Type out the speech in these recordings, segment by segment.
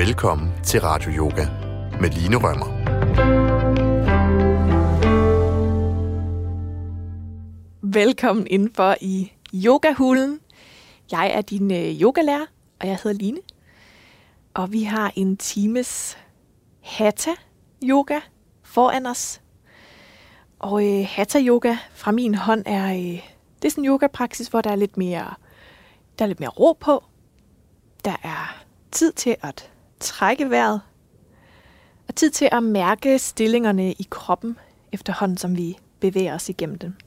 Velkommen til Radio Yoga med Line Rømer. Velkommen indenfor i yogahulen. Jeg er din yogalærer, og jeg hedder Line. Og vi har en times hatha yoga foran os. Og hatha yoga fra min hånd er det er sådan en yogapraksis, hvor der er lidt mere ro på. Der er tid til at trække vejret, og tid til at mærke stillingerne i kroppen, efterhånden som vi bevæger os igennem den.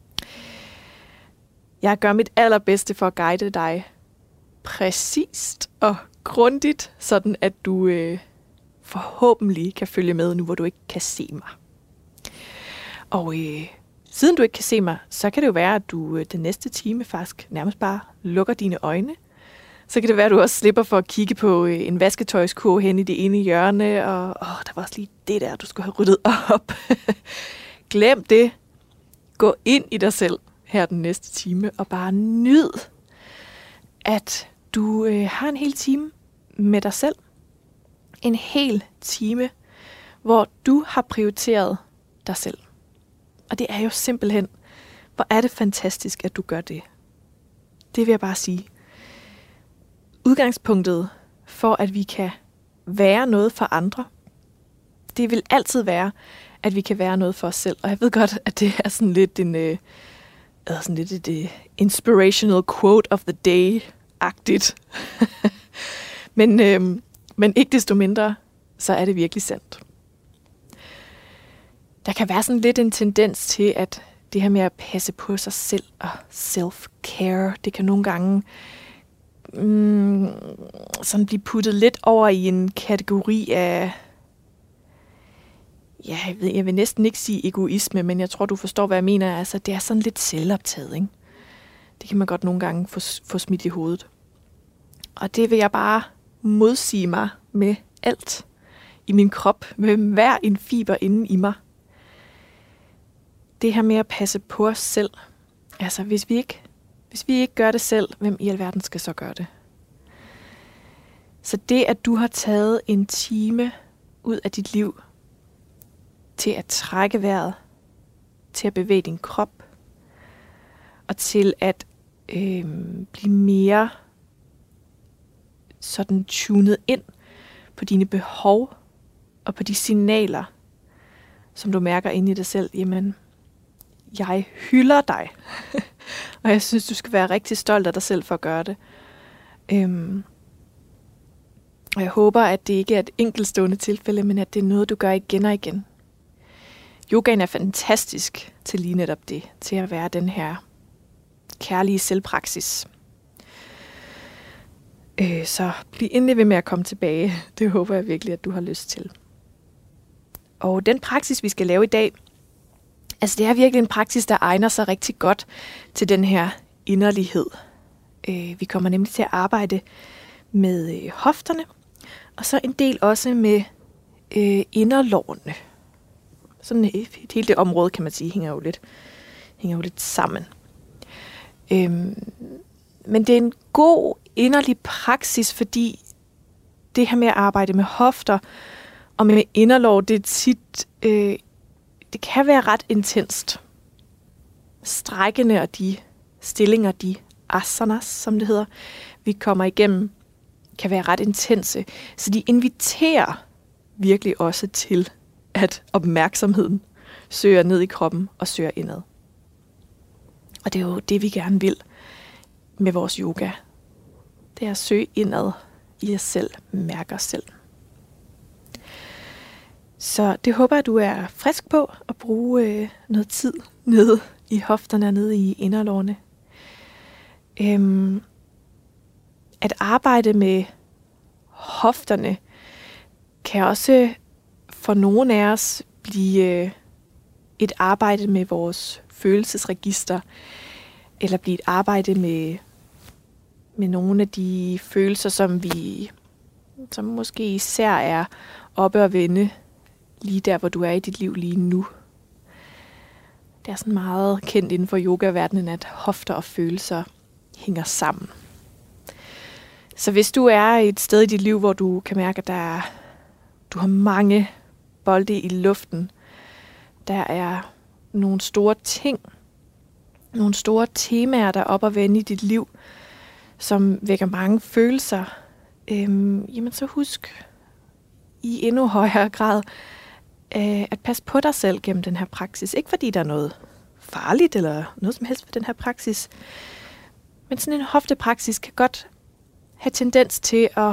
Jeg gør mit allerbedste for at guide dig præcist og grundigt, sådan at du forhåbentlig kan følge med nu, hvor du ikke kan se mig. Og siden du ikke kan se mig, så kan det jo være, at du den næste time faktisk nærmest bare lukker dine øjne. Så kan det være, at du også slipper for at kigge på en vasketøjskurv hen i det ene hjørne, og der var også lige det der, du skulle have ryddet op. Glem det. Gå ind i dig selv her den næste time, og bare nyd, at du har en hel time med dig selv. En hel time, hvor du har prioriteret dig selv. Og det er jo simpelthen, hvor er det fantastisk, at du gør det. Det vil jeg bare sige. Udgangspunktet for, at vi kan være noget for andre, det vil altid være, at vi kan være noget for os selv. Og jeg ved godt, at det er sådan lidt et inspirational quote of the day-agtigt. men ikke desto mindre, så er det virkelig sandt. Der kan være sådan lidt en tendens til, at det her med at passe på sig selv og self-care, det kan nogle gange sådan blive puttet lidt over i en kategori af, ja, jeg vil næsten ikke sige egoisme, men jeg tror, du forstår, hvad jeg mener. Altså, det er sådan lidt selvoptaget, ikke? Det kan man godt nogle gange få smidt i hovedet. Og det vil jeg bare modsige mig med alt i min krop, med hver en fiber inde i mig. Det her med at passe på os selv. Altså, hvis vi ikke gør det selv, hvem i alverden skal så gøre det? Så det, at du har taget en time ud af dit liv til at trække vejret, til at bevæge din krop, og til at blive mere sådan tunet ind på dine behov og på de signaler, som du mærker inde i dig selv, jamen, jeg hylder dig. Og jeg synes, du skal være rigtig stolt af dig selv for at gøre det. Og jeg håber, at det ikke er et enkeltstående tilfælde, men at det er noget, du gør igen og igen. Yogaen er fantastisk til lige netop det, til at være den her kærlige selvpraksis. Så bliv endelig ved med at komme tilbage. Det håber jeg virkelig, at du har lyst til. Og den praksis, vi skal lave i dag, altså det er virkelig en praksis, der egner sig rigtig godt til den her inderlighed. Vi kommer nemlig til at arbejde med hofterne, og så en del også med inderlårene. Sådan hele det område, kan man sige, hænger jo lidt sammen. Men det er en god inderlig praksis, fordi det her med at arbejde med hofter og med inderlår, det er tit, det kan være ret intenst. Strækkene og de stillinger, de asanas, som det hedder, vi kommer igennem, kan være ret intense. Så de inviterer virkelig også til, at opmærksomheden søger ned i kroppen og søger indad. Og det er jo det, vi gerne vil med vores yoga. Det er at søge indad i os selv, mærke os selv. Så det håber jeg, du er frisk på at bruge noget tid nede i hofterne og nede i inderlårene. At arbejde med hofterne kan også for nogle af os blive et arbejde med vores følelsesregister, eller blive et arbejde med nogle af de følelser, som måske især er oppe at vende lige der, hvor du er i dit liv lige nu. Det er sådan meget kendt inden for yogaverdenen, at hofter og følelser hænger sammen. Så hvis du er et sted i dit liv, hvor du kan mærke, at du har mange bolde i luften, der er nogle store ting, nogle store temaer, der er op og vende i dit liv, som vækker mange følelser, jamen så husk i endnu højere grad at passe på dig selv gennem den her praksis. Ikke fordi der er noget farligt eller noget som helst ved den her praksis, men sådan en hoftepraksis kan godt have tendens til at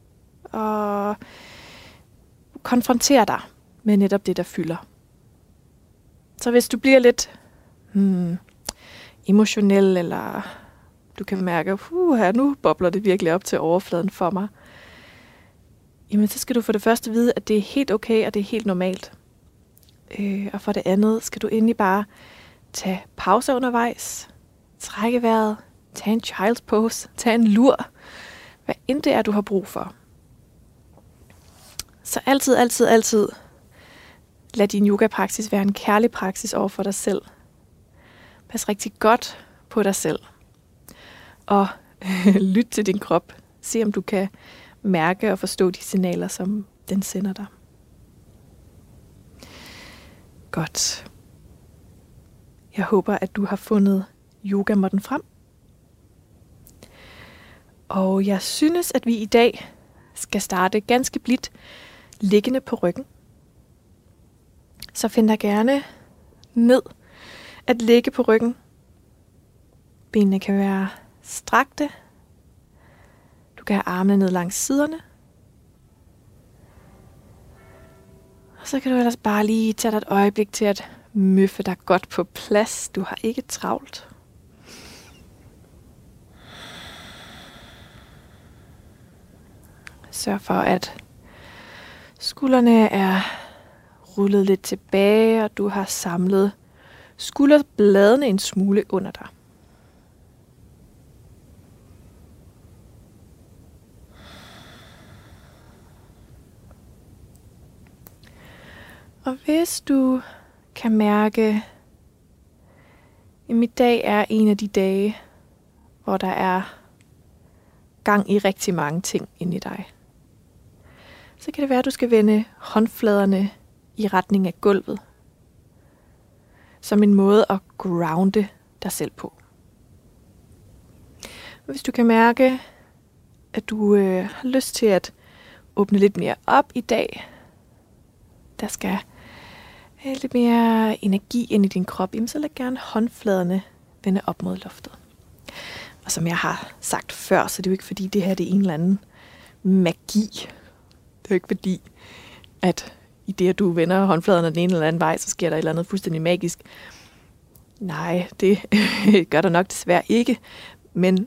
konfrontere dig med netop det, der fylder. Så hvis du bliver lidt emotionel, eller du kan mærke, her nu bobler det virkelig op til overfladen for mig, jamen så skal du for det første vide, at det er helt okay, og det er helt normalt. Og for det andet skal du endelig bare tage pauser undervejs, trække vejret, tage en child's pose, tage en lur, hvad end det er, du har brug for. Så altid lad din yogapraksis være en kærlig praksis over for dig selv. Pas rigtig godt på dig selv. Og lyt til din krop. Se om du kan mærke og forstå de signaler, som den sender dig. Godt. Jeg håber, at du har fundet yogamåtten frem. Og jeg synes, at vi i dag skal starte ganske blidt liggende på ryggen. Så find dig gerne ned at ligge på ryggen. Benene kan være strakte. Du kan have armene ned langs siderne. Og så kan du ellers bare lige tage dig et øjeblik til at møffe dig godt på plads. Du har ikke travlt. Sørg for, at skuldrene er rullet lidt tilbage, og du har samlet skulderbladene en smule under dig. Og hvis du kan mærke, at i dag er en af de dage, hvor der er gang i rigtig mange ting inde i dig, så kan det være, at du skal vende håndfladerne i retning af gulvet, som en måde at grounde dig selv på. Hvis du kan mærke, at du har lyst til at åbne lidt mere op i dag, der skal lidt mere energi ind i din krop, jamen så lad gerne håndfladerne vende op mod loftet. Og som jeg har sagt før, så det er jo ikke fordi det her det er en eller anden magi. Det er jo ikke fordi, at i det, at du vender håndfladerne den ene eller anden vej, så sker der et eller andet fuldstændig magisk. Nej, det gør der nok desværre ikke. Men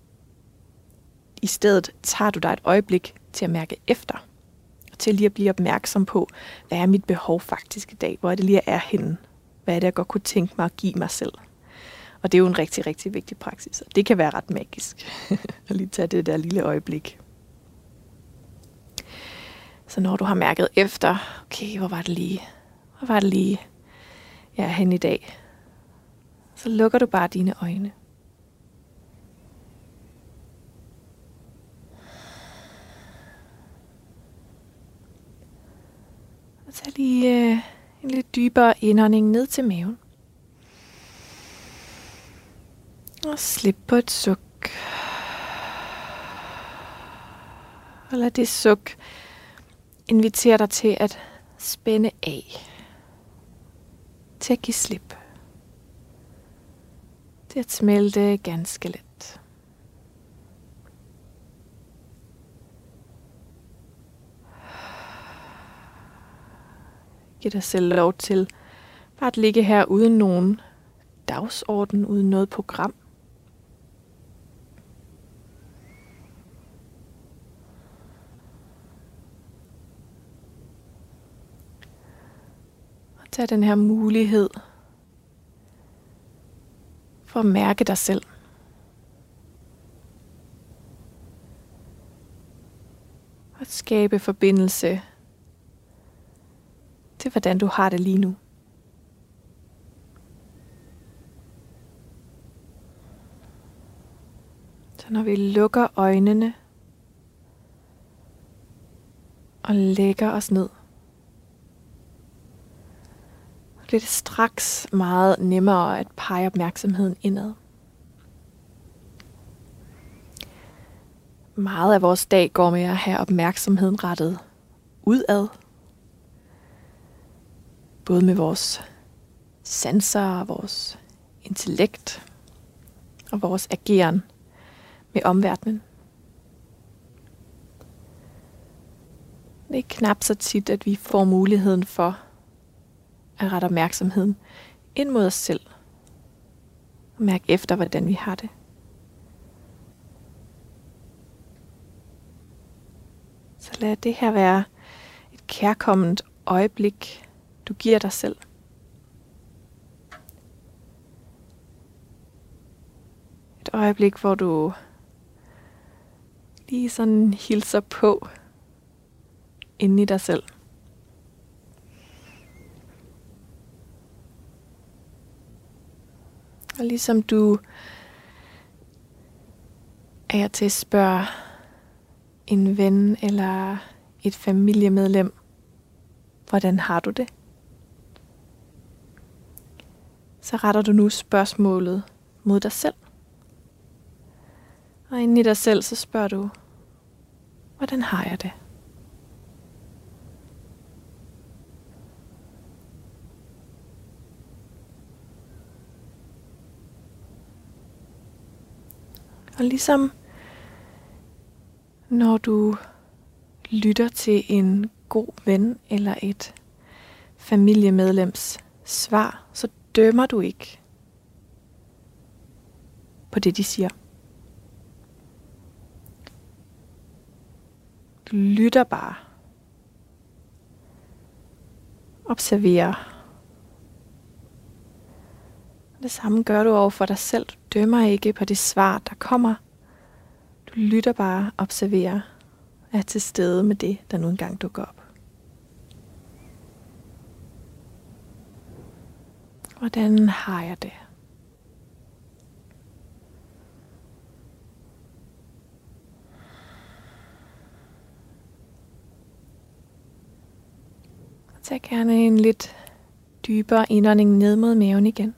i stedet tager du dig et øjeblik til at mærke efter. Og til lige at blive opmærksom på, hvad er mit behov faktisk i dag? Hvor er det lige, jeg er henne? Hvad er det, jeg godt kunne tænke mig at give mig selv? Og det er jo en rigtig, rigtig vigtig praksis. Og det kan være ret magisk at lige tage det der lille øjeblik. Så når du har mærket efter, okay, hvor var det lige, jeg er henne i dag, så lukker du bare dine øjne. Og tag lige en lidt dybere indånding ned til maven. Og slip på et suk. Og lad det suk invitere dig til at spænde af. Til at give slip. Til at smelte ganske let. Giv dig selv lov til bare at ligge her uden nogen dagsorden, uden noget program. Og tag den her mulighed for at mærke dig selv. Og skabe forbindelse til, hvordan du har det lige nu. Så når vi lukker øjnene, og lægger os ned. Så bliver det straks meget nemmere at pege opmærksomheden indad. Meget af vores dag går med at have opmærksomheden rettet udad. Både med vores sanser, vores intellekt og vores ageren med omverdenen. Det er knap så tit, at vi får muligheden for at rette opmærksomheden ind mod os selv. Og mærke efter, hvordan vi har det. Så lad det her være et kærkomment øjeblik, du giver dig selv. Et øjeblik, hvor du lige sådan hilser på inde i dig selv. Og ligesom du er til at spørge en ven eller et familiemedlem, hvordan har du det? Så retter du nu spørgsmålet mod dig selv. Og inde i dig selv, så spørger du, hvordan har jeg det? Og ligesom når du lytter til en god ven eller et familiemedlems svar, så dømmer du ikke på det, de siger. Du lytter bare. Observerer. Det samme gør du over for dig selv. Du dømmer ikke på det svar, der kommer. Du lytter bare, observerer, er til stede med det, der nu engang dukker op. Hvordan har jeg det? Tag gerne en lidt dybere indånding ned mod maven igen.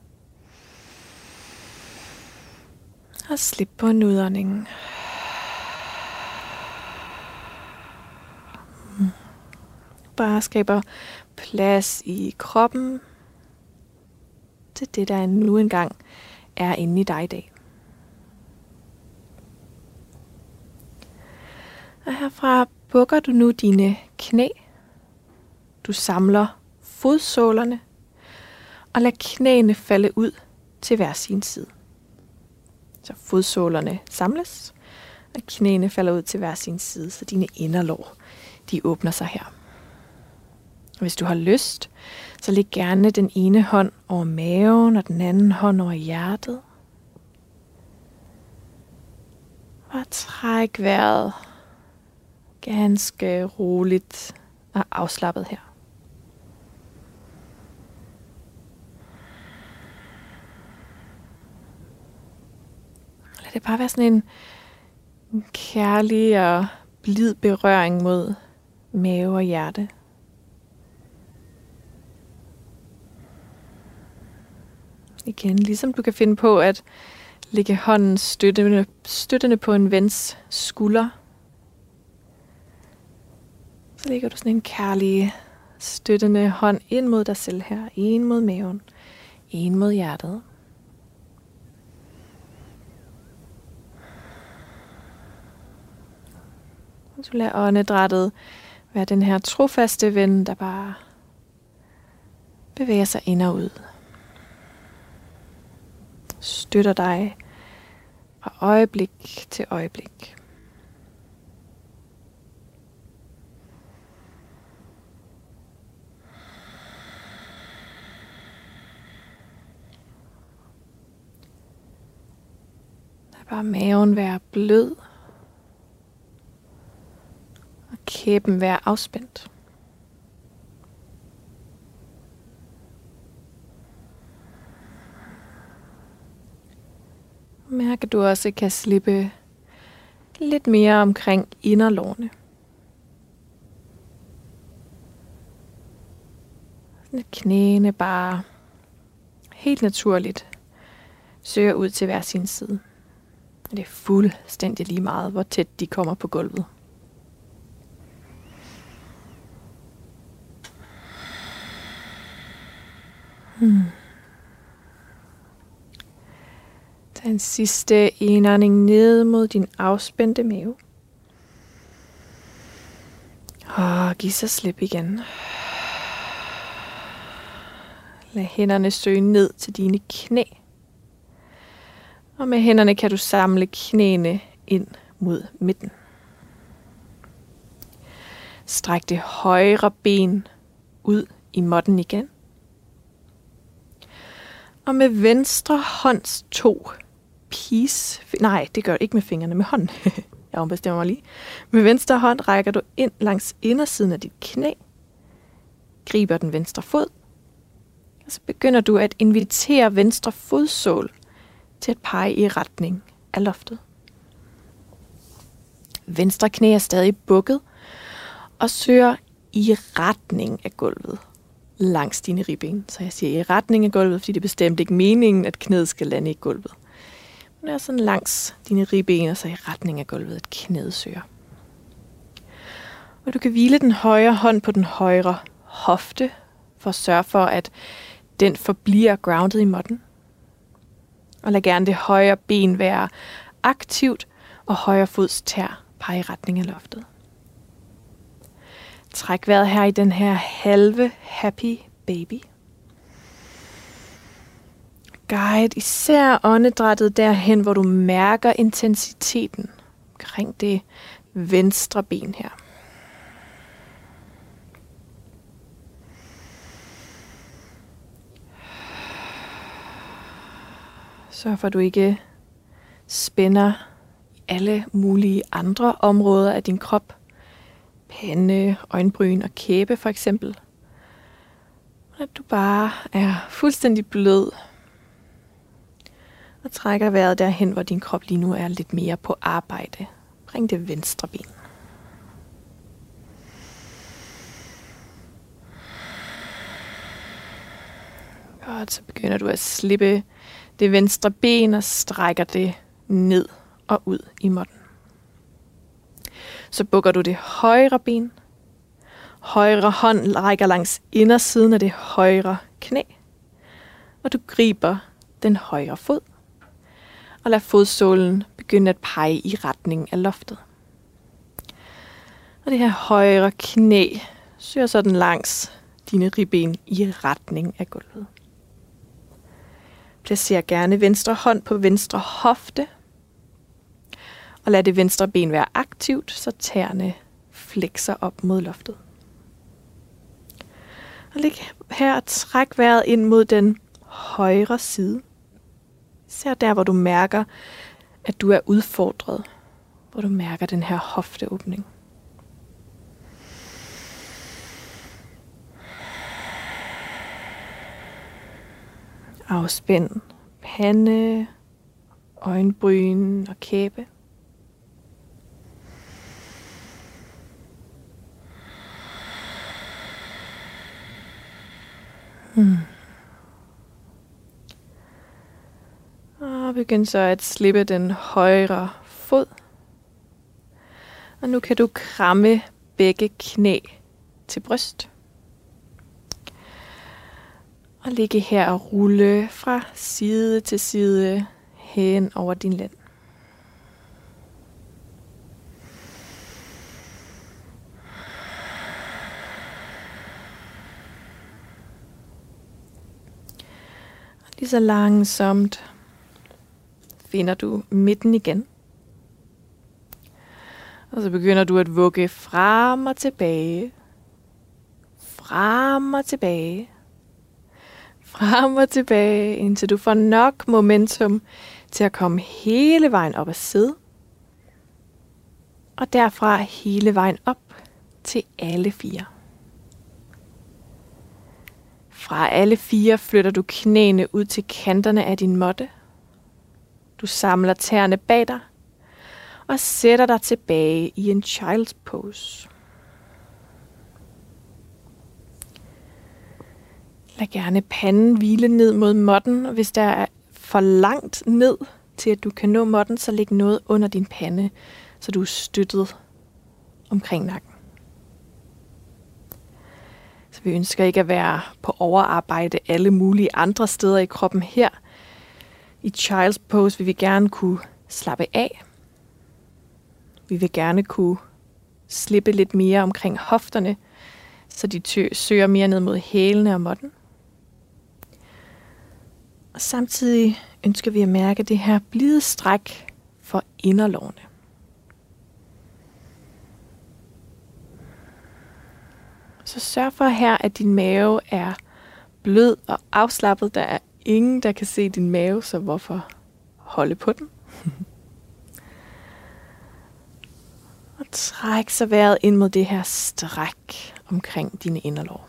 Og slip på en udånding. Bare skaber plads i kroppen til det, der nu engang er inde i dig i dag. Og herfra bukker du nu dine knæ. Du samler fodsålerne og lader knæene falde ud til hver sin side. Så fodsålerne samles, og knæene falder ud til hver sin side, så dine inderlår, de åbner sig her. Og hvis du har lyst, så læg gerne den ene hånd over maven, og den anden hånd over hjertet. Og træk vejret ganske roligt og afslappet her. Lad det bare være sådan en kærlig og blid berøring mod mave og hjerte. Igen, ligesom du kan finde på at lægge hånden støttende på en vens skulder. Så lægger du sådan en kærlig, støttende hånd ind mod dig selv her. En mod maven, en mod hjertet. Og du lader åndedrættet være den her trofaste ven, der bare bevæger sig ind og ud. Støtter dig fra øjeblik til øjeblik. Lad bare maven være blød og kæben være afspændt. Mærk, at du også kan slippe lidt mere omkring inderlårene. Sådan at knæene bare helt naturligt søger ud til hver sin side. Og det er fuldstændig lige meget, hvor tæt de kommer på gulvet. Tag en sidste indånding ned mod din afspændte mave. Og giv så slip igen. Lad hænderne søge ned til dine knæ. Og med hænderne kan du samle knæene ind mod midten. Stræk det højre ben ud i måtten igen. Og med venstre hånds nej, det gør du ikke med fingrene, med hånden. Jeg ombestemmer mig lige. Med venstre hånd rækker du ind langs indersiden af dit knæ. Griber den venstre fod. Og så begynder du at invitere venstre fodsål til at pege i retning af loftet. Venstre knæ er stadig bukket og søger i retning af gulvet langs dine ribben. Så jeg siger i retning af gulvet, fordi det er bestemt ikke meningen, at knæet skal lande i gulvet. Men det er sådan langs dine ribben og så i retning af gulvet, at knæet søger. Og du kan hvile den højre hånd på den højre hofte for at sørge for, at den forbliver grounded i måtten. Og lad gerne det højre ben være aktivt, og højre fods tær pege i retning af loftet. Træk vejret her i den her halve happy baby. Guide især åndedrættet derhen, hvor du mærker intensiteten omkring det venstre ben her. Sørg for, at du ikke spænder alle mulige andre områder af din krop. Pande, øjenbryn og kæbe for eksempel. At du bare er fuldstændig blød. Og trækker vejret derhen, hvor din krop lige nu er lidt mere på arbejde. Bring det venstre ben. Godt, så begynder du at slippe det venstre ben og strækker det ned og ud i måtten. Så bukker du det højre ben. Højre hånd rækker langs indersiden af det højre knæ. Og du griber den højre fod. Og lad fodsålen begynde at pege i retning af loftet. Og det her højre knæ søger sådan langs dine ribben i retning af gulvet. Placer gerne venstre hånd på venstre hofte. Og lad det venstre ben være aktivt, så tæerne flekser op mod loftet. Og lig her og træk vejret ind mod den højre side. Især der, hvor du mærker, at du er udfordret. Hvor du mærker den her hofteåbning. Afspænd pande, øjenbryn og kæbe. Og begynd så at slippe den højre fod. Og nu kan du kramme begge knæ til bryst. Og ligge her og rulle fra side til side hen over din lænd. Og lige så langsomt finder du midten igen. Og så begynder du at vugge frem og tilbage. Frem og tilbage. Frem og tilbage, indtil du får nok momentum til at komme hele vejen op at sidde. Og derfra hele vejen op til alle fire. Fra alle fire flytter du knæene ud til kanterne af din måtte. Du samler tæerne bag dig og sætter dig tilbage i en child's pose. Lad gerne panden hvile ned mod måtten, og hvis der er for langt ned til, at du kan nå måtten, så læg noget under din pande, så du er støttet omkring nakken. Så vi ønsker ikke at være på overarbejde alle mulige andre steder i kroppen her. I Child's Pose vil vi gerne kunne slappe af. Vi vil gerne kunne slippe lidt mere omkring hofterne, så de søger mere ned mod hælene og måtten. Og samtidig ønsker vi at mærke det her blide stræk for inderlårene. Så sørg for her, at din mave er blød og afslappet. Der er ingen, der kan se din mave, så hvorfor holde på den? Og træk så vejret ind mod det her stræk omkring dine inderlår.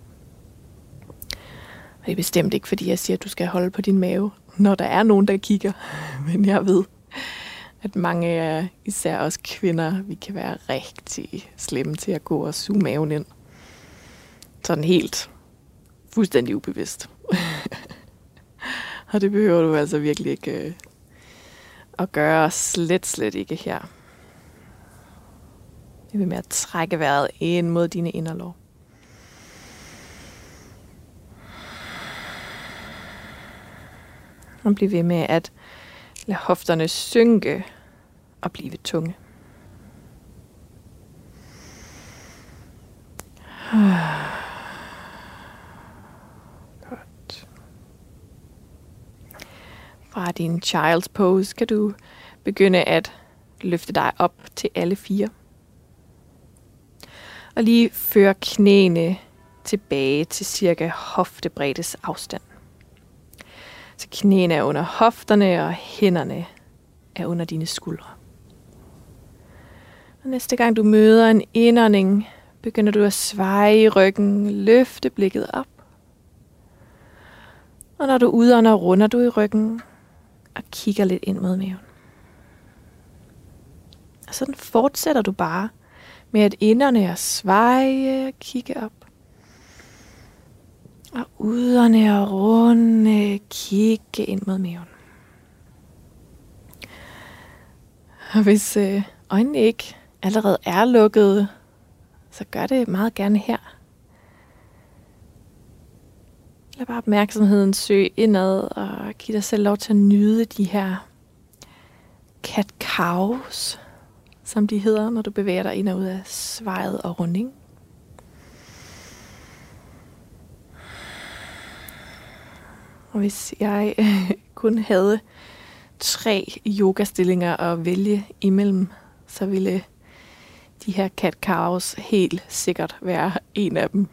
Og det er bestemt ikke, fordi jeg siger, at du skal holde på din mave, når der er nogen, der kigger. Men jeg ved, at mange af især os kvinder, vi kan være rigtig slemme til at gå og suge maven ind. Sådan helt fuldstændig ubevidst. Og det behøver du altså virkelig ikke at gøre, slet ikke her. Det vil med at trække vejret ind mod dine inderlår. Og bliv ved med at lade hofterne synke og blive tunge. Godt. Fra din Child's Pose kan du begynde at løfte dig op til alle fire. Og lige føre knæene tilbage til cirka hoftebreddes afstand. Så knæene er under hofterne, og hænderne er under dine skuldre. Og næste gang du møder en indånding, begynder du at sveje i ryggen, løfte blikket op. Og når du udånder, runder du i ryggen og kigger lidt ind mod maven. Og sådan fortsætter du bare med at indånde og sveje og kigge op. Og udånde og runde, kigge ind mod maven. Og hvis øjnene ikke allerede er lukkede, så gør det meget gerne her. Lad bare opmærksomheden søge indad og giv dig selv lov til at nyde de her cat-cows, som de hedder, når du bevæger dig ind og ud af svejet og runding. Og hvis jeg kun havde 3 yogastillinger at vælge imellem, så ville de her cat-cows helt sikkert være en af dem.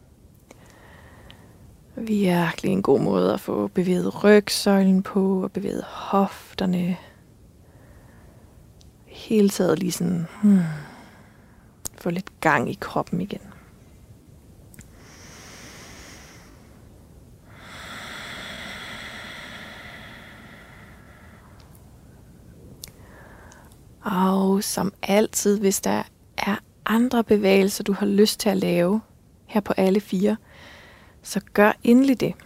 Virkelig en god måde at få bevæget rygsøjlen på og bevæget hofterne. Hele taget lige sådan, få lidt gang i kroppen igen. Og som altid, hvis der er andre bevægelser, du har lyst til at lave her på alle 4, så gør endelig det.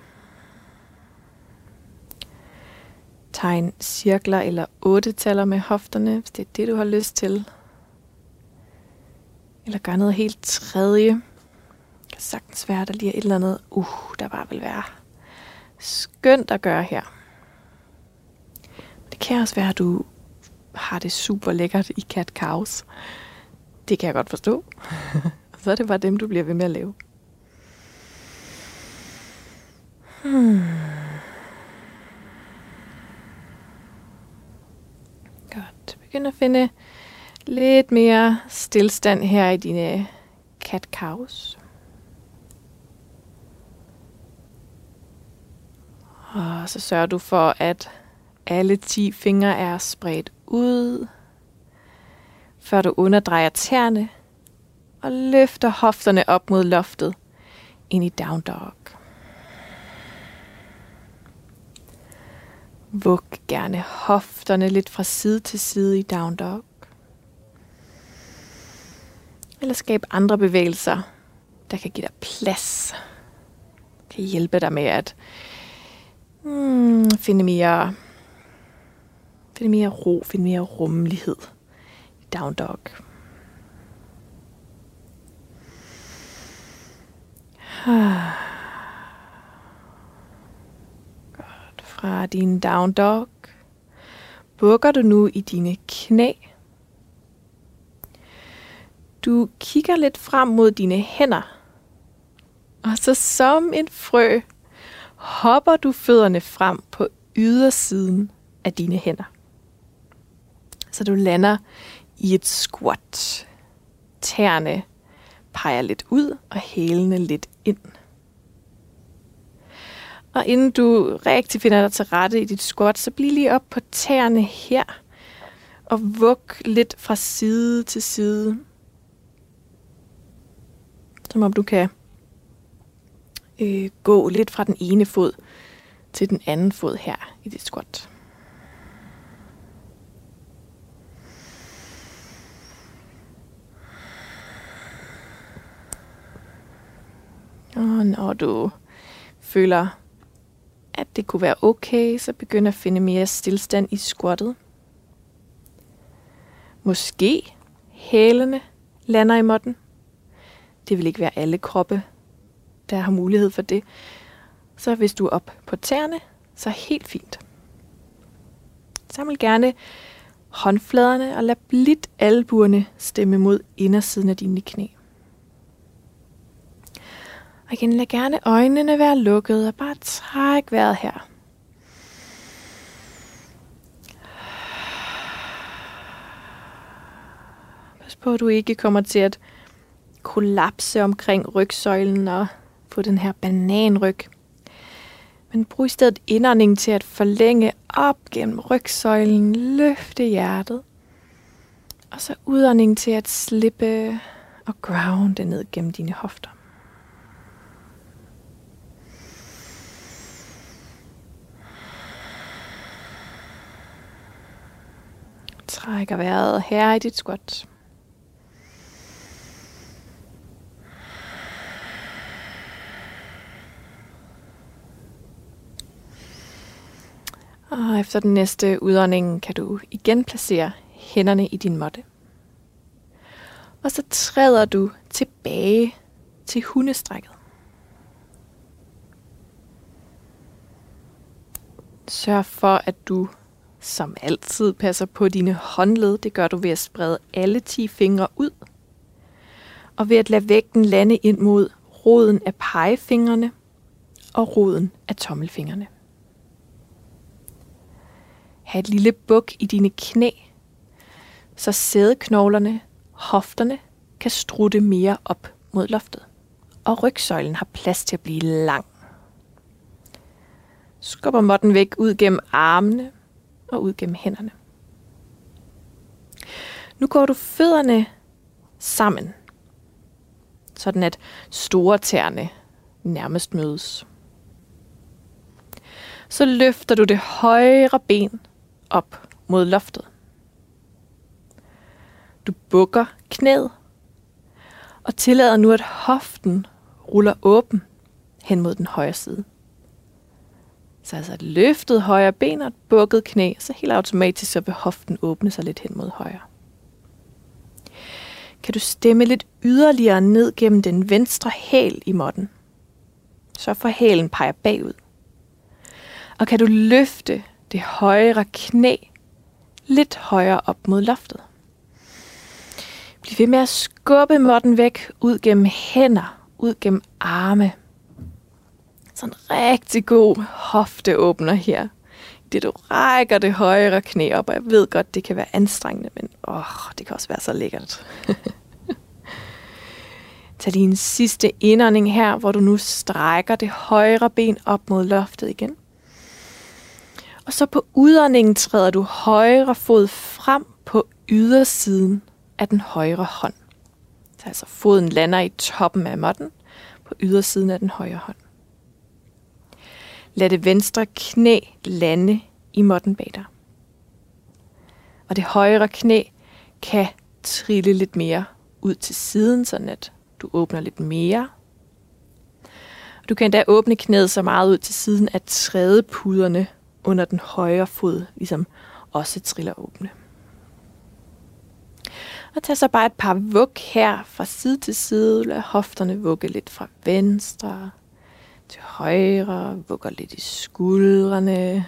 Tegn cirkler eller 8-taller med hofterne, hvis det er det, du har lyst til. Eller gør noget helt tredje. Det kan sagtens være, der lige er et eller andet, der bare vil være skønt at gøre her. Det kan også være, at du har det super lækkert i cat-cows. Det kan jeg godt forstå. Så er det bare dem, du bliver ved med at lave. Godt. Begynd at finde lidt mere stillstand her i dine cat-cows. Og så sørger du for, at alle 10 fingre er spredt ud, før du underdrejer tæerne og løfter hofterne op mod loftet ind i down dog. Vug gerne hofterne lidt fra side til side i down dog. Eller skab andre bevægelser, der kan give dig plads. kan hjælpe dig med at finde mere ro, finde mere rummelighed i down dog. Godt. Fra din down dog bukker du nu i dine knæ. Du kigger lidt frem mod dine hænder. Og så som en frø hopper du fødderne frem på ydersiden af dine hænder. Så du lander i et squat. Tæerne peger lidt ud og hælene lidt ind. Og inden du rigtig finder dig til rette i dit squat, så bliv lige op på tæerne her og vug lidt fra side til side. Som om du kan gå lidt fra den ene fod til den anden fod her i dit squat. Og når du føler, at det kunne være okay, så begynd at finde mere stilstand i squattet. Måske hælene lander i måtten. Det vil ikke være alle kroppe, der har mulighed for det. Så hvis du er op på tæerne, så helt fint. Samle gerne håndfladerne og lad blidt albuerne stemme mod indersiden af dine knæ. Og igen, lad gerne øjnene være lukkede og bare træk vejret her. Pas på, at du ikke kommer til at kollapse omkring rygsøjlen og få den her bananryg. Men brug i stedet indånding til at forlænge op gennem rygsøjlen, løfte hjertet. Og så udånding til at slippe og grounde ned gennem dine hofter. Trækker vejret her i dit squat. Og efter den næste udånding kan du igen placere hænderne i din måtte. Og så træder du tilbage til hundestrækket. Sørg for, at du som altid passer på dine håndled. Det gør du ved at sprede alle 10 fingre ud. Og ved at lade vægten lande ind mod roden af pegefingrene og roden af tommelfingrene. Ha' et lille buk i dine knæ, så sædeknoglerne, hofterne kan strutte mere op mod loftet. Og rygsøjlen har plads til at blive lang. Skubber måtten væk ud gennem armene og ud gennem hænderne. Nu går du fødderne sammen, sådan at store tæerne nærmest mødes. Så løfter du det højre ben op mod loftet. Du bukker knæet og tillader nu, at hoften ruller åben hen mod den højre side. Så altså et løftet højre ben og et bukket knæ, så helt automatisk så vil hoften åbne sig lidt hen mod højre. Kan du stemme lidt yderligere ned gennem den venstre hæl i måtten, så for hælen peger bagud. Og kan du løfte det højre knæ lidt højere op mod loftet. Bliv ved med at skubbe måtten væk, ud gennem hænder, ud gennem arme. Sådan en rigtig god hofteåbner her. Det du rækker det højre knæ op, og jeg ved godt, det kan være anstrengende, men det kan også være så lækkert. Tag lige en sidste indånding her, hvor du nu strækker det højre ben op mod loftet igen. Og så på udåndingen træder du højre fod frem på ydersiden af den højre hånd. Så altså foden lander i toppen af måtten på ydersiden af den højre hånd. Lad det venstre knæ lande i måtten bag dig. Og det højre knæ kan trille lidt mere ud til siden, sådan at du åbner lidt mere. Du kan endda åbne knæet så meget ud til siden, at trædepuderne under den højre fod ligesom også triller åbne. Og tag så bare et par vug her fra side til side. Lad hofterne vugge lidt fra venstre til højre. Vugger lidt i skuldrene.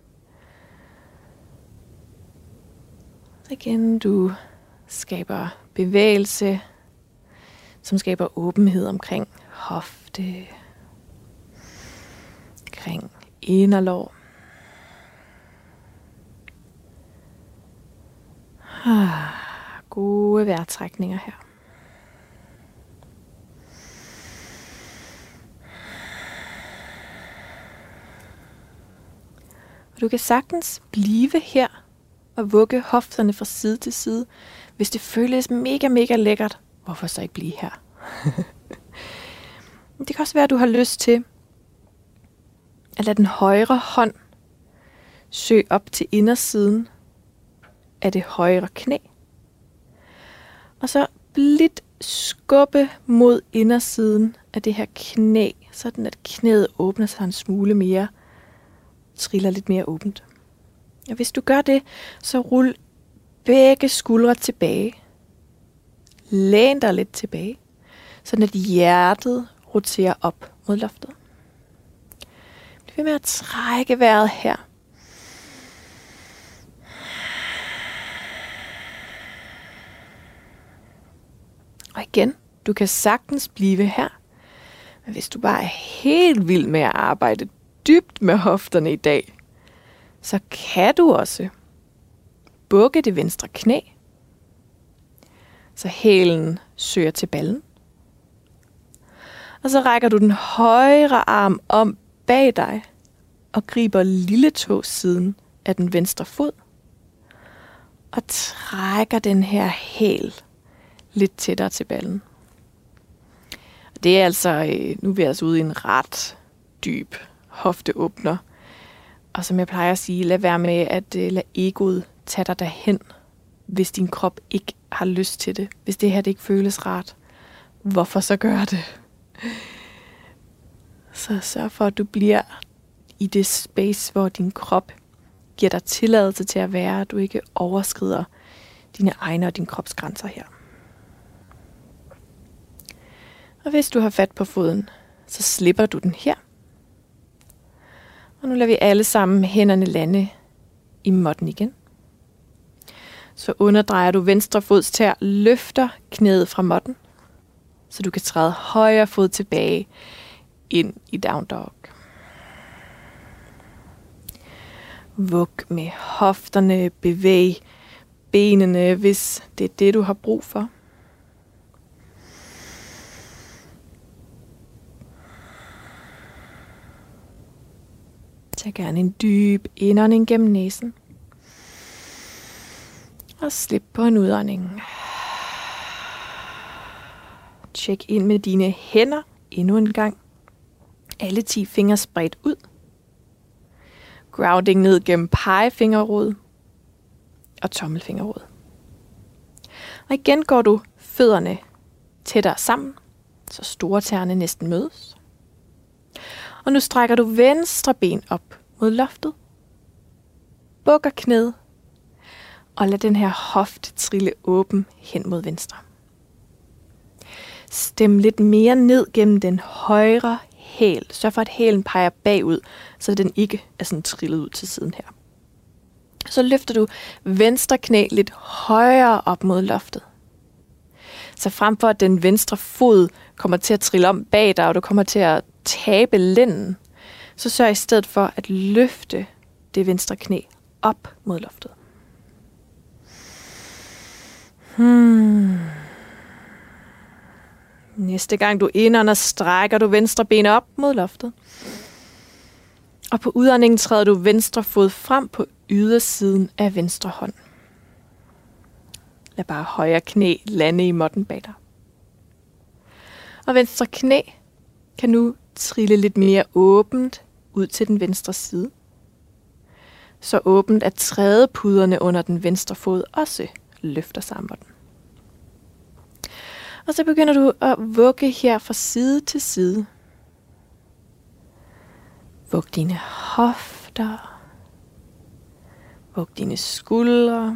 Så igen, du skaber bevægelse, som skaber åbenhed omkring hofte, omkring inderlår. Gode vejrtrækninger her. Og du kan sagtens blive her og vugge hofterne fra side til side. Hvis det føles mega, mega lækkert, hvorfor så ikke blive her? Det kan også være, at du har lyst til at lade den højre hånd søge op til indersiden af det højre knæ. Og så blidt skubbe mod indersiden af det her knæ, sådan at knæet åbner sig en smule mere, triller lidt mere åbent. Og hvis du gør det, så rul begge skuldre tilbage. Læn dig lidt tilbage, sådan at hjertet roterer op mod loftet. Bliv ved med at trække vejret her. Og igen, du kan sagtens blive her. Men hvis du bare er helt vild med at arbejde dybt med hofterne i dag, så kan du også bukke det venstre knæ, så hælen søger til ballen. Og så rækker du den højre arm om bag dig og griber lilletåsiden af den venstre fod og trækker den her hæl lidt tættere til ballen. Det er altså, nu er vi altså ude i en ret dyb hofteåbner. Og som jeg plejer at sige, lad være med at lade egoet tage dig derhen, hvis din krop ikke har lyst til det. Hvis det her det ikke føles rart, hvorfor så gør det? Så sørg for, at du bliver i det space, hvor din krop giver dig tilladelse til at være, at du ikke overskrider dine egne og din krops grænser her. Og hvis du har fat på foden, så slipper du den her. Og nu lader vi alle sammen hænderne lande i måtten igen. Så underdrejer du venstre fods tær, løfter knæet fra måtten, så du kan træde højre fod tilbage ind i down dog. Vug med hofterne, bevæg benene, hvis det er det, du har brug for. Tag gerne en dyb indånding gennem næsen. Og slip på en udånding. Tjek ind med dine hænder endnu en gang. Alle 10 fingre spredt ud. Grounding ned gennem pegefingerrod og tommelfingerrod. Og igen går du fødderne tættere sammen, så store tæerne næsten mødes. Og nu strækker du venstre ben op mod loftet. Bukker knæet. Og lad den her hofte trille åben hen mod venstre. Stem lidt mere ned gennem den højre hæl. Sørg for, at hælen peger bagud, så den ikke er sådan trillet ud til siden her. Så løfter du venstre knæ lidt højere op mod loftet. Så frem for, at den venstre fod kommer til at trille om bag dig, og du kommer til at tabe lænden, så sørg i stedet for at løfte det venstre knæ op mod loftet. Næste gang du indånder, strækker du venstre ben op mod loftet. Og på udåndingen træder du venstre fod frem på ydersiden af venstre hånd. Lad bare højre knæ lande i måtten bag dig. Og venstre knæ kan nu trille lidt mere åbent ud til den venstre side. Så åbent, at trædepuderne under den venstre fod også løfter sig om måtten. Og så begynder du at vugge her fra side til side. Vug dine hofter. Vug dine skuldre.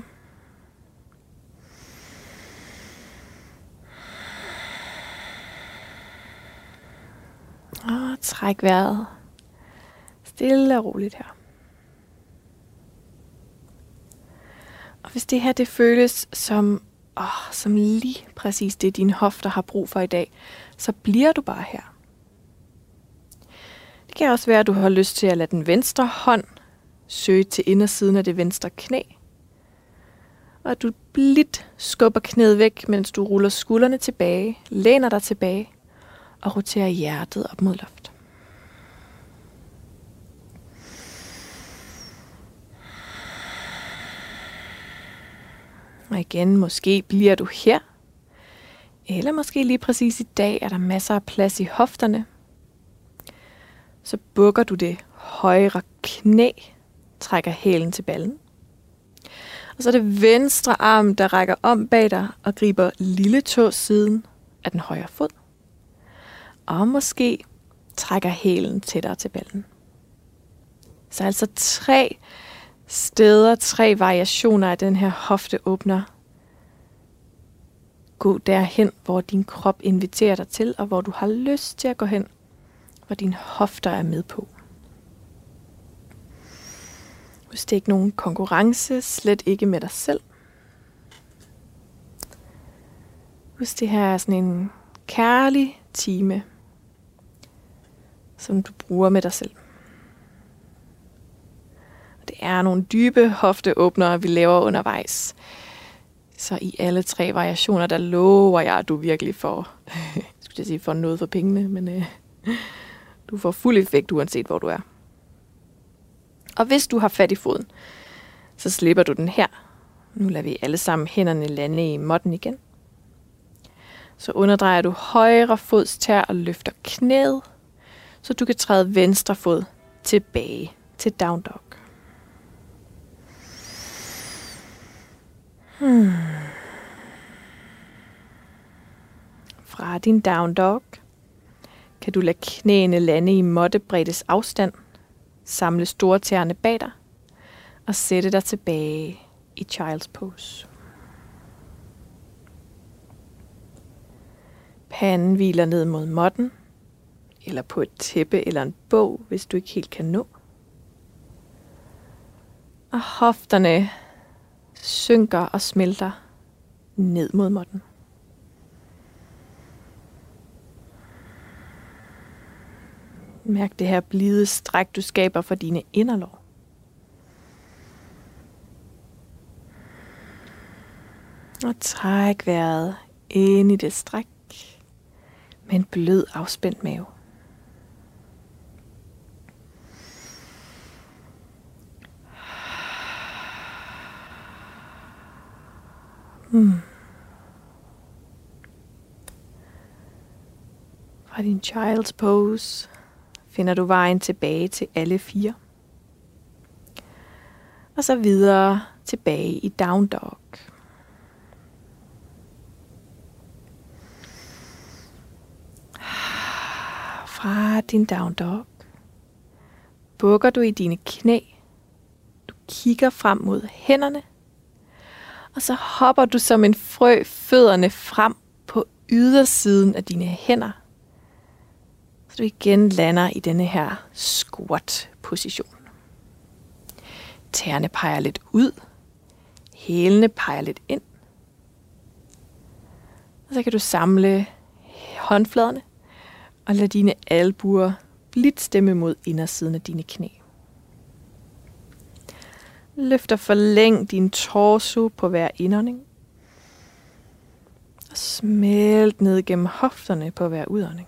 Og træk vejret stille og roligt her. Og hvis det her det føles som lige præcis det, dine hofter har brug for i dag, så bliver du bare her. Det kan også være, at du har lyst til at lade den venstre hånd søge til indersiden af det venstre knæ. Og at du blidt skubber knæet væk, mens du ruller skuldrene tilbage, læner dig tilbage og roterer hjertet op mod loftet. Og igen, måske bliver du her. Eller måske lige præcis i dag er der masser af plads i hofterne. Så bukker du det højre knæ, trækker hælen til ballen. Og så er det venstre arm, der rækker om bag dig og griber lille tåsiden af den højre fod. Og måske trækker hælen tættere til ballen. Så altså 3 steder, 3 variationer af den her hofteåbner. Gå derhen, hvor din krop inviterer dig til, og hvor du har lyst til at gå hen, hvor dine hofter er med på. Husk, det er ikke nogen konkurrence, slet ikke med dig selv. Husk, det her er sådan en kærlig time, som du bruger med dig selv. Det er nogle dybe hofteåbnere, vi laver undervejs. Så i alle 3 variationer, der lover jeg, at du virkelig får, får noget for pengene, men du får fuld effekt, uanset hvor du er. Og hvis du har fat i foden, så slipper du den her. Nu lader vi alle sammen hænderne lande i måtten igen. Så underdrejer du højre fods tær og løfter knæet, så du kan træde venstre fod tilbage til down dog. Fra din down dog kan du lade knæene lande i måttebreddes afstand, samle store tæerne bag dig og sætte dig tilbage i child's pose. Panden hviler ned mod måtten, eller på et tæppe eller en bog, hvis du ikke helt kan nå. Og hofterne synker og smelter ned mod måtten. Mærk det her blide stræk, du skaber for dine inderlår. Og træk vejret ind i det stræk med en blød afspændt mave. Fra din child's pose finder du vejen tilbage til alle 4. Og så videre tilbage i down dog. Fra din down dog bukker du i dine knæ. Du kigger frem mod hænderne. Og så hopper du som en frø fødderne frem på ydersiden af dine hænder. Så du igen lander i denne her squat-position. Tæerne peger lidt ud. Hælene peger lidt ind. Og så kan du samle håndfladerne og lade dine albuer blidt stemme mod indersiden af dine knæ. Løft og forlæng din torso på hver indånding. Og smelt ned gennem hofterne på hver udånding.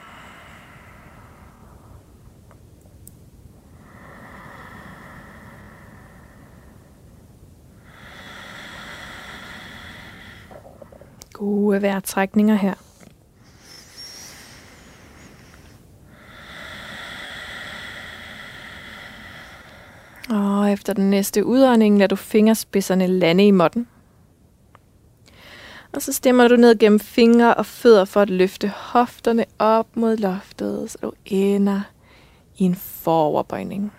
Gode vejrtrækninger her. Og efter den næste udånding lader du fingerspidserne lande i måtten. Og så stemmer du ned gennem fingre og fødder for at løfte hofterne op mod loftet, så du ender i en foroverbøjning.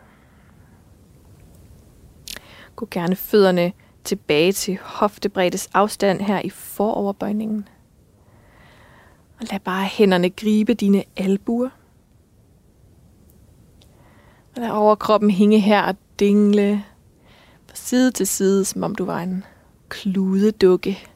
Gå gerne fødderne tilbage til hoftebreddes afstand her i foroverbøjningen. Og lad bare hænderne gribe dine albuer. Og lad overkroppen hænge her og dingle fra side til side, som om du var en kludedukke.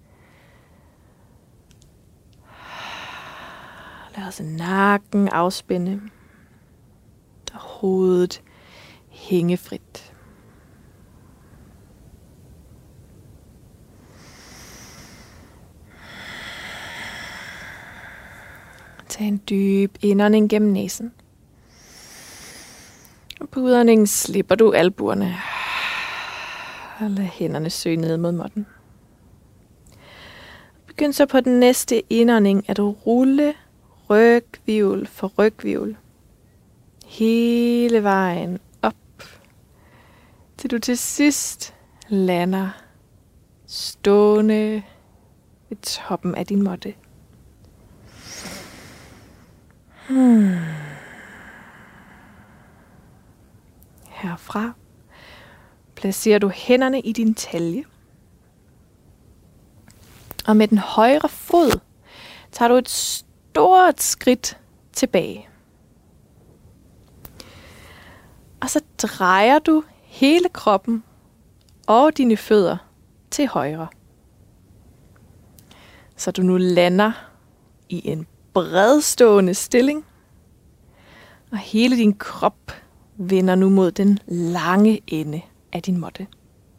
Lad også nakken afspænde. Og hovedet hænge frit. Tag en dyb indånding gennem næsen. Og på udåndingen slipper du albuerne. Og lad hænderne søge ned mod måtten. Begynd så på den næste indånding at rulle ryghvirvel for ryghvirvel. Hele vejen op. Til du til sidst lander stående ved toppen af din måtte. Herfra placerer du hænderne i din talje. Og med den højre fod tager du et stort skridt tilbage. Og så drejer du hele kroppen og dine fødder til højre. Så du nu lander i en bredstående stilling. Og hele din krop vender nu mod den lange ende af din måtte.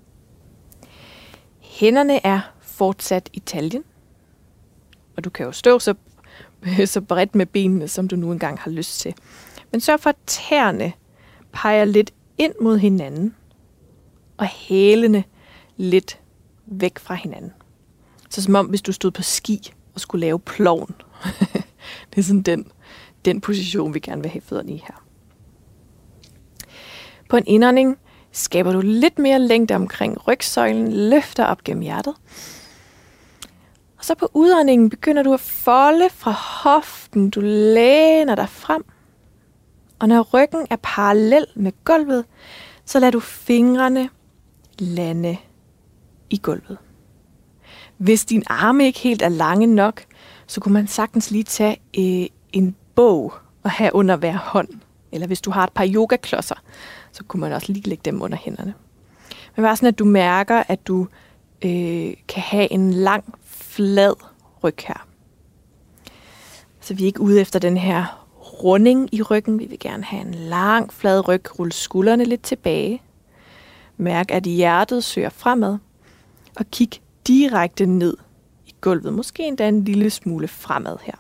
Hænderne er fortsat i taljen. Og du kan jo stå så bredt med benene, som du nu engang har lyst til. Men sørg for, at tæerne peger lidt ind mod hinanden. Og hælene lidt væk fra hinanden. Så som om, hvis du stod på ski og skulle lave ploven. Det er sådan den position, vi gerne vil have fødderne i her. På en indånding skaber du lidt mere længde omkring rygsøjlen, løfter op gennem hjertet. Og så på udåndingen begynder du at folde fra hoften. Du læner dig frem. Og når ryggen er parallel med gulvet, så lader du fingrene lande i gulvet. Hvis din arme ikke helt er lange nok, så kunne man sagtens lige tage en bog og have under hver hånd. Eller hvis du har et par yogaklodser, så kunne man også lige lægge dem under hænderne. Men bare sådan, at du mærker, at du kan have en lang, flad ryg her. Så vi er ikke ude efter den her runding i ryggen. Vi vil gerne have en lang, flad ryg. Rulle skuldrene lidt tilbage. Mærk, at hjertet søger fremad. Og kig direkte ned i gulvet. Måske endda en lille smule fremad her.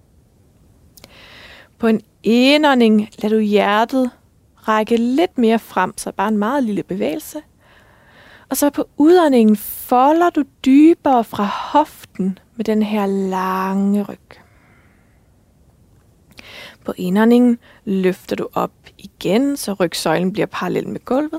På en indånding lader du hjertet række lidt mere frem, så bare en meget lille bevægelse. Og så på udåndingen folder du dybere fra hoften med den her lange ryg. På indåndingen løfter du op igen, så rygsøjlen bliver parallel med gulvet.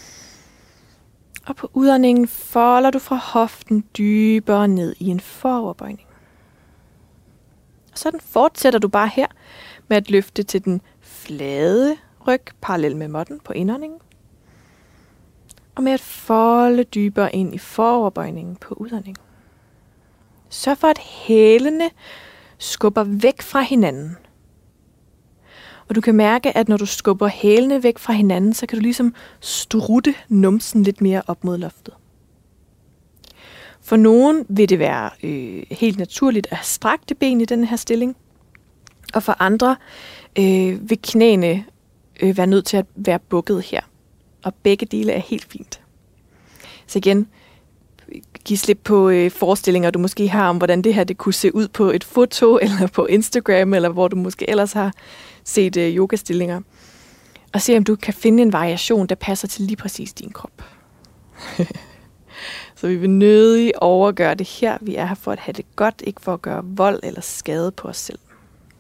Og på udåndingen folder du fra hoften dybere ned i en foroverbøjning. Og sådan fortsætter du bare her med at løfte til den flade ryg parallel med måtten på indåndingen. Og med at folde dybere ind i foroverbøjningen på udåndingen. Sørg for, at hælene skubber væk fra hinanden. Og du kan mærke, at når du skubber hælene væk fra hinanden, så kan du ligesom strutte numsen lidt mere op mod loftet. For nogen vil det være helt naturligt at have strakte ben i den her stilling. Og for andre vil knæene være nødt til at være bukket her. Og begge dele er helt fint. Så igen, giv slip på forestillinger, du måske har om, hvordan det her det kunne se ud på et foto, eller på Instagram, eller hvor du måske ellers har set yogastillinger. Og se, om du kan finde en variation, der passer til lige præcis din krop. Så vi vil nødig overgøre det her. Vi er her for at have det godt, ikke for at gøre vold eller skade på os selv.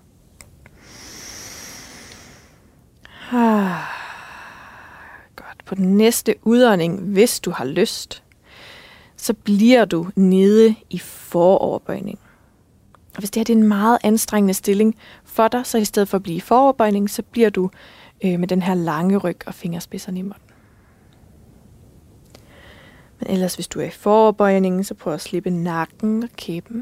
Godt. På den næste udånding, hvis du har lyst, så bliver du nede i foroverbøjning. Og hvis det her det er en meget anstrengende stilling for dig, så i stedet for at blive i foroverbøjning, så bliver du med den her lange ryg og fingerspidserne i måtten. Men ellers, hvis du er i foroverbøjningen, så prøv at slippe nakken og kæben.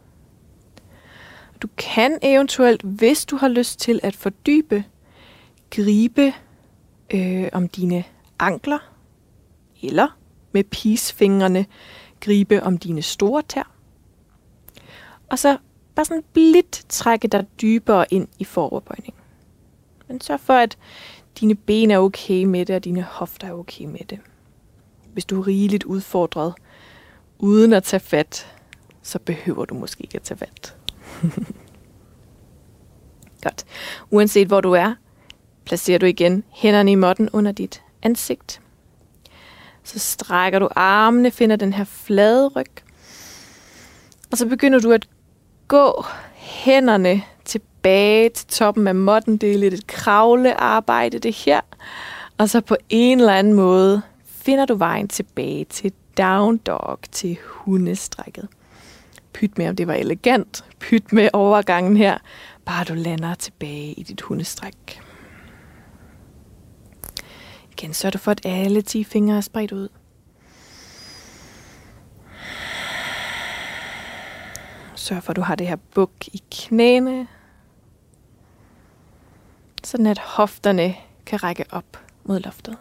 Du kan eventuelt, hvis du har lyst til at fordybe, gribe om dine ankler, eller med peacefingrene gribe om dine store tær. Og så bare sådan blidt trække dig dybere ind i foroverbøjningen. Men sørg for, at dine ben er okay med det, og dine hofter er okay med det. Hvis du er rigeligt udfordret, uden at tage fat, så behøver du måske ikke at tage fat. Godt. Uanset hvor du er, placerer du igen hænderne i måtten under dit ansigt. Så strækker du armene, finder den her flade ryg. Og så begynder du at gå hænderne tilbage til toppen af måtten. Det er lidt et kravlearbejde det her. Og så på en eller anden måde finder du vejen tilbage til down dog, til hundestrækket. Pyt med, om det var elegant. Pyt med overgangen her. Bare du lander tilbage i dit hundestræk. Igen sørger du for, at alle 10 fingre er spredt ud. Sørg for, at du har det her buk i knæene. Sådan at hofterne kan række op mod loftet.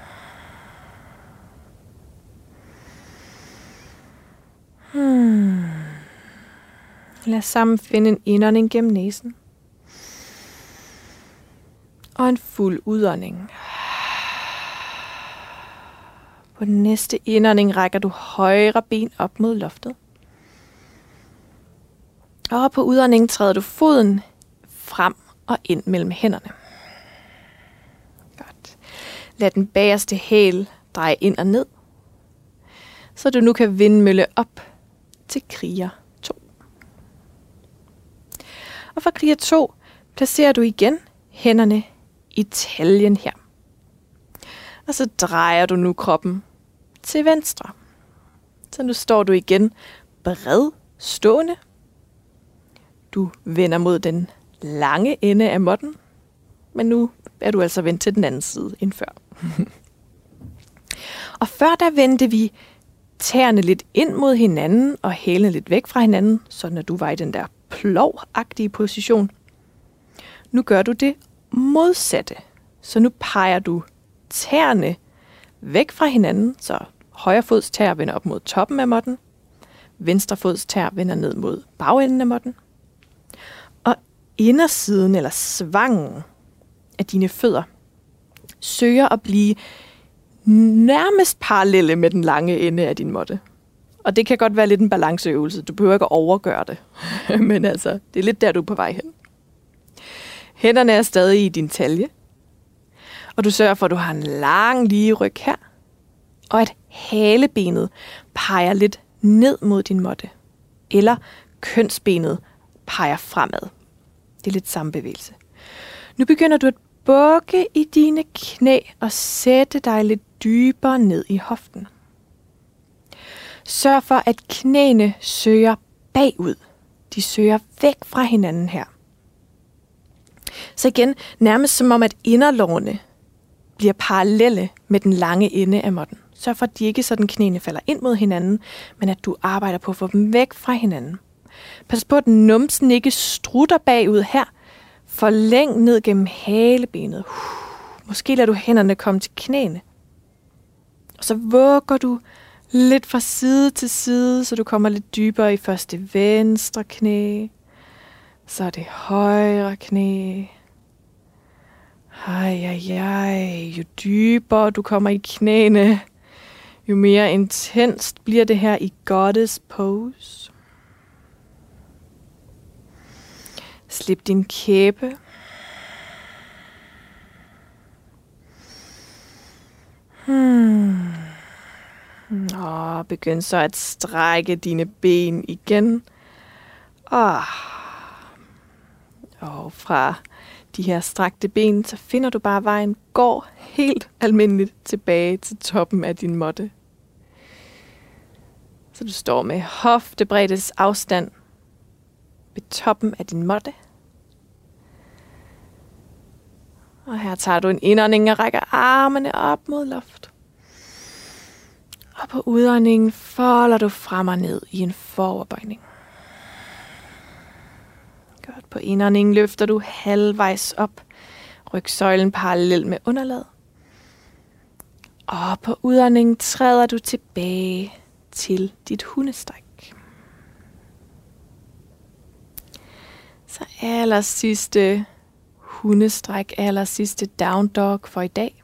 Lad os sammen finde en indånding gennem næsen. Og en fuld udånding. På den næste indånding rækker du højre ben op mod loftet. Og på udåndingen træder du foden frem og ind mellem hænderne. Godt. Lad den bagerste hæl dreje ind og ned, så du nu kan vindmølle op til kriger 2. Og for kriger 2 placerer du igen hænderne i taljen her. Og så drejer du nu kroppen til venstre. Så nu står du igen bred stående. Du vender mod den lange ende af måtten, men nu er du altså vendt til den anden side end før. Og før der vendte vi tæerne lidt ind mod hinanden og hælene lidt væk fra hinanden, sådan at du var i den der plovagtige position. Nu gør du det modsatte. Så nu peger du tæerne væk fra hinanden, så højre fods tær vender op mod toppen af måtten, venstre fods tær vender ned mod bagenden af måtten, og indersiden eller svangen af dine fødder søger at blive nærmest parallelle med den lange ende af din måtte. Og det kan godt være lidt en balanceøvelse. Du behøver ikke at overgøre det. Men altså, det er lidt der, du er på vej hen. Hænderne er stadig i din talje. Og du sørger for, at du har en lang lige ryg her. Og at halebenet peger lidt ned mod din måtte. Eller kønsbenet peger fremad. Det er lidt samme bevægelse. Nu begynder du at bukke i dine knæ og sætte dig lidt dybere ned i hoften. Sørg for, at knæene søger bagud. De søger væk fra hinanden her. Så igen, nærmest som om, at inderlårene bliver parallelle med den lange ende af måtten. Sørg for, at de ikke sådan knæene falder ind mod hinanden, men at du arbejder på at få dem væk fra hinanden. Pas på, at numsen ikke strutter bagud her. Forlæng ned gennem halebenet. Måske lader du hænderne komme til knæene. Og så vugger du lidt fra side til side, så du kommer lidt dybere i først det venstre knæ. Så er det højre knæ. Jo dybere du kommer i knæene, jo mere intenst bliver det her i goddess pose. Slip din kæbe. Og begynd så at strække dine ben igen. Og fra de her strakte ben, så finder du bare vejen, går helt almindeligt tilbage til toppen af din måtte. Så du står med hoftebreddes afstand ved toppen af din måtte. Og her tager du en indånding og rækker armene op mod loft. Og på udåndingen folder du frem og ned i en foroverbøjning. Godt. På indåndingen løfter du halvvejs op. Rygsøjlen parallel med underlaget. Og på udåndingen træder du tilbage til dit hundestræk. Så allersidste hundestræk, allersidste down dog for i dag.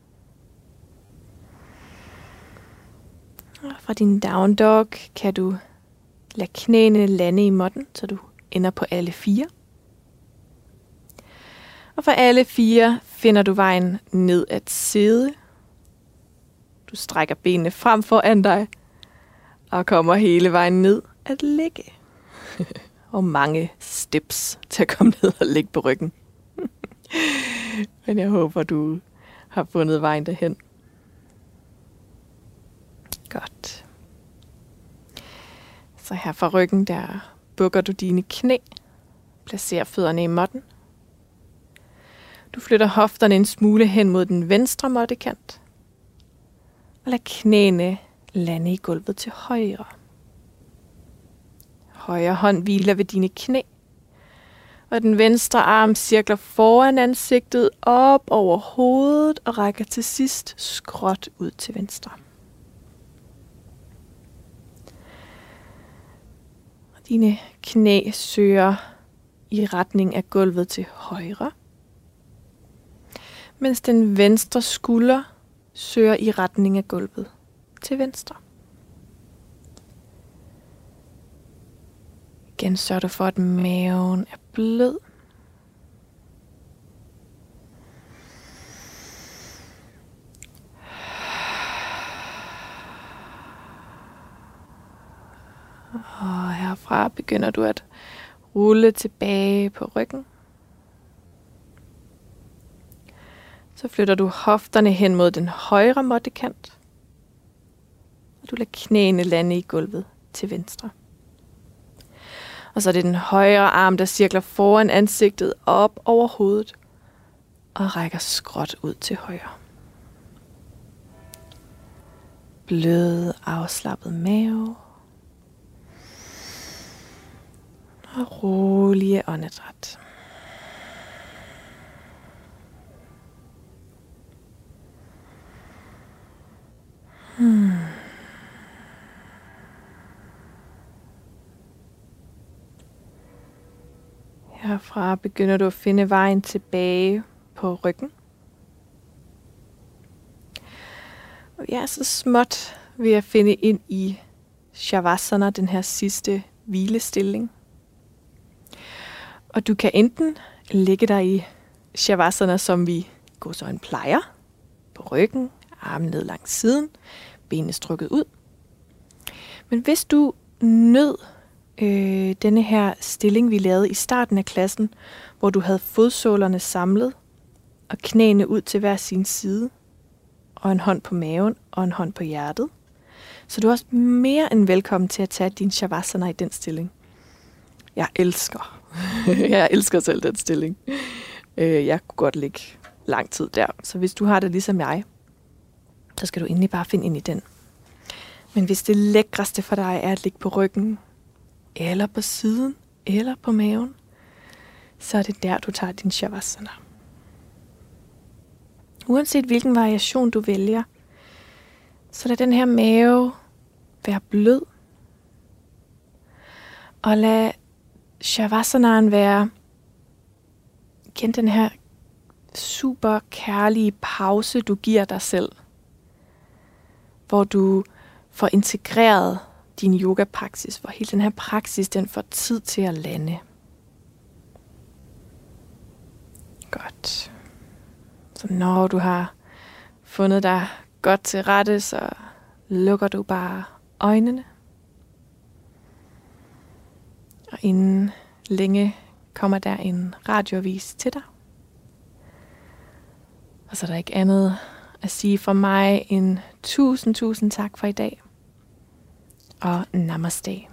Og fra din down dog kan du lade knæene lande i måtten, så du ender på alle 4. Og for alle 4 finder du vejen ned at sidde. Du strækker benene frem foran dig og kommer hele vejen ned at ligge. Og mange steps til at komme ned og ligge på ryggen. Men jeg håber, du har fundet vejen derhen. Godt. Så her fra ryggen, der bukker du dine knæ. Placer fødderne i måtten. Du flytter hofterne en smule hen mod den venstre måttekant. Og lad knæene lande i gulvet til højre. Højre hånd hviler ved dine knæ. Og den venstre arm cirkler foran ansigtet op over hovedet og rækker til sidst skråt ud til venstre. Og dine knæ søger i retning af gulvet til højre, mens den venstre skulder søger i retning af gulvet til venstre. Igen sørger du for, at maven er blød. Og herfra begynder du at rulle tilbage på ryggen. Så flytter du hofterne hen mod den højre måttekant. Og du lader knæene lande i gulvet til venstre. Og så er det den højre arm, der cirkler foran ansigtet op over hovedet og rækker skråt ud til højre. Blød, afslappet mave. Og rolige åndedræt. Herfra begynder du at finde vejen tilbage på ryggen. Og jeg er så småt ved at finde ind i Shavasana, den her sidste hvilestilling. Og du kan enten ligge der i Shavasana, som vi gåsøjne plejer, på ryggen, armen ned langs siden, benene strukket ud. Men hvis du nød denne her stilling, vi lavede i starten af klassen, hvor du havde fodsålerne samlet og knæene ud til hver sin side, og en hånd på maven og en hånd på hjertet, så du er også mere end velkommen til at tage din Shavasana i den stilling. Jeg elsker selv den stilling. Jeg kunne godt ligge lang tid der, så hvis du har det ligesom jeg, så skal du endelig bare finde ind i den. Men hvis det lækreste for dig er at ligge på ryggen, eller på siden, eller på maven, så er det der, du tager din Shavasana. Uanset hvilken variation du vælger, så lad den her mave være blød, og lad Shavasanaen være igen den her super kærlige pause, du giver dig selv, hvor du får integreret din yoga-praksis, hvor hele den her praksis, den får tid til at lande. Godt. Så når du har fundet dig godt til rette, så lukker du bare øjnene. Og inden længe kommer der en radioavis til dig. Og så er der ikke andet at sige fra mig end tusind tak for i dag. Og namaste.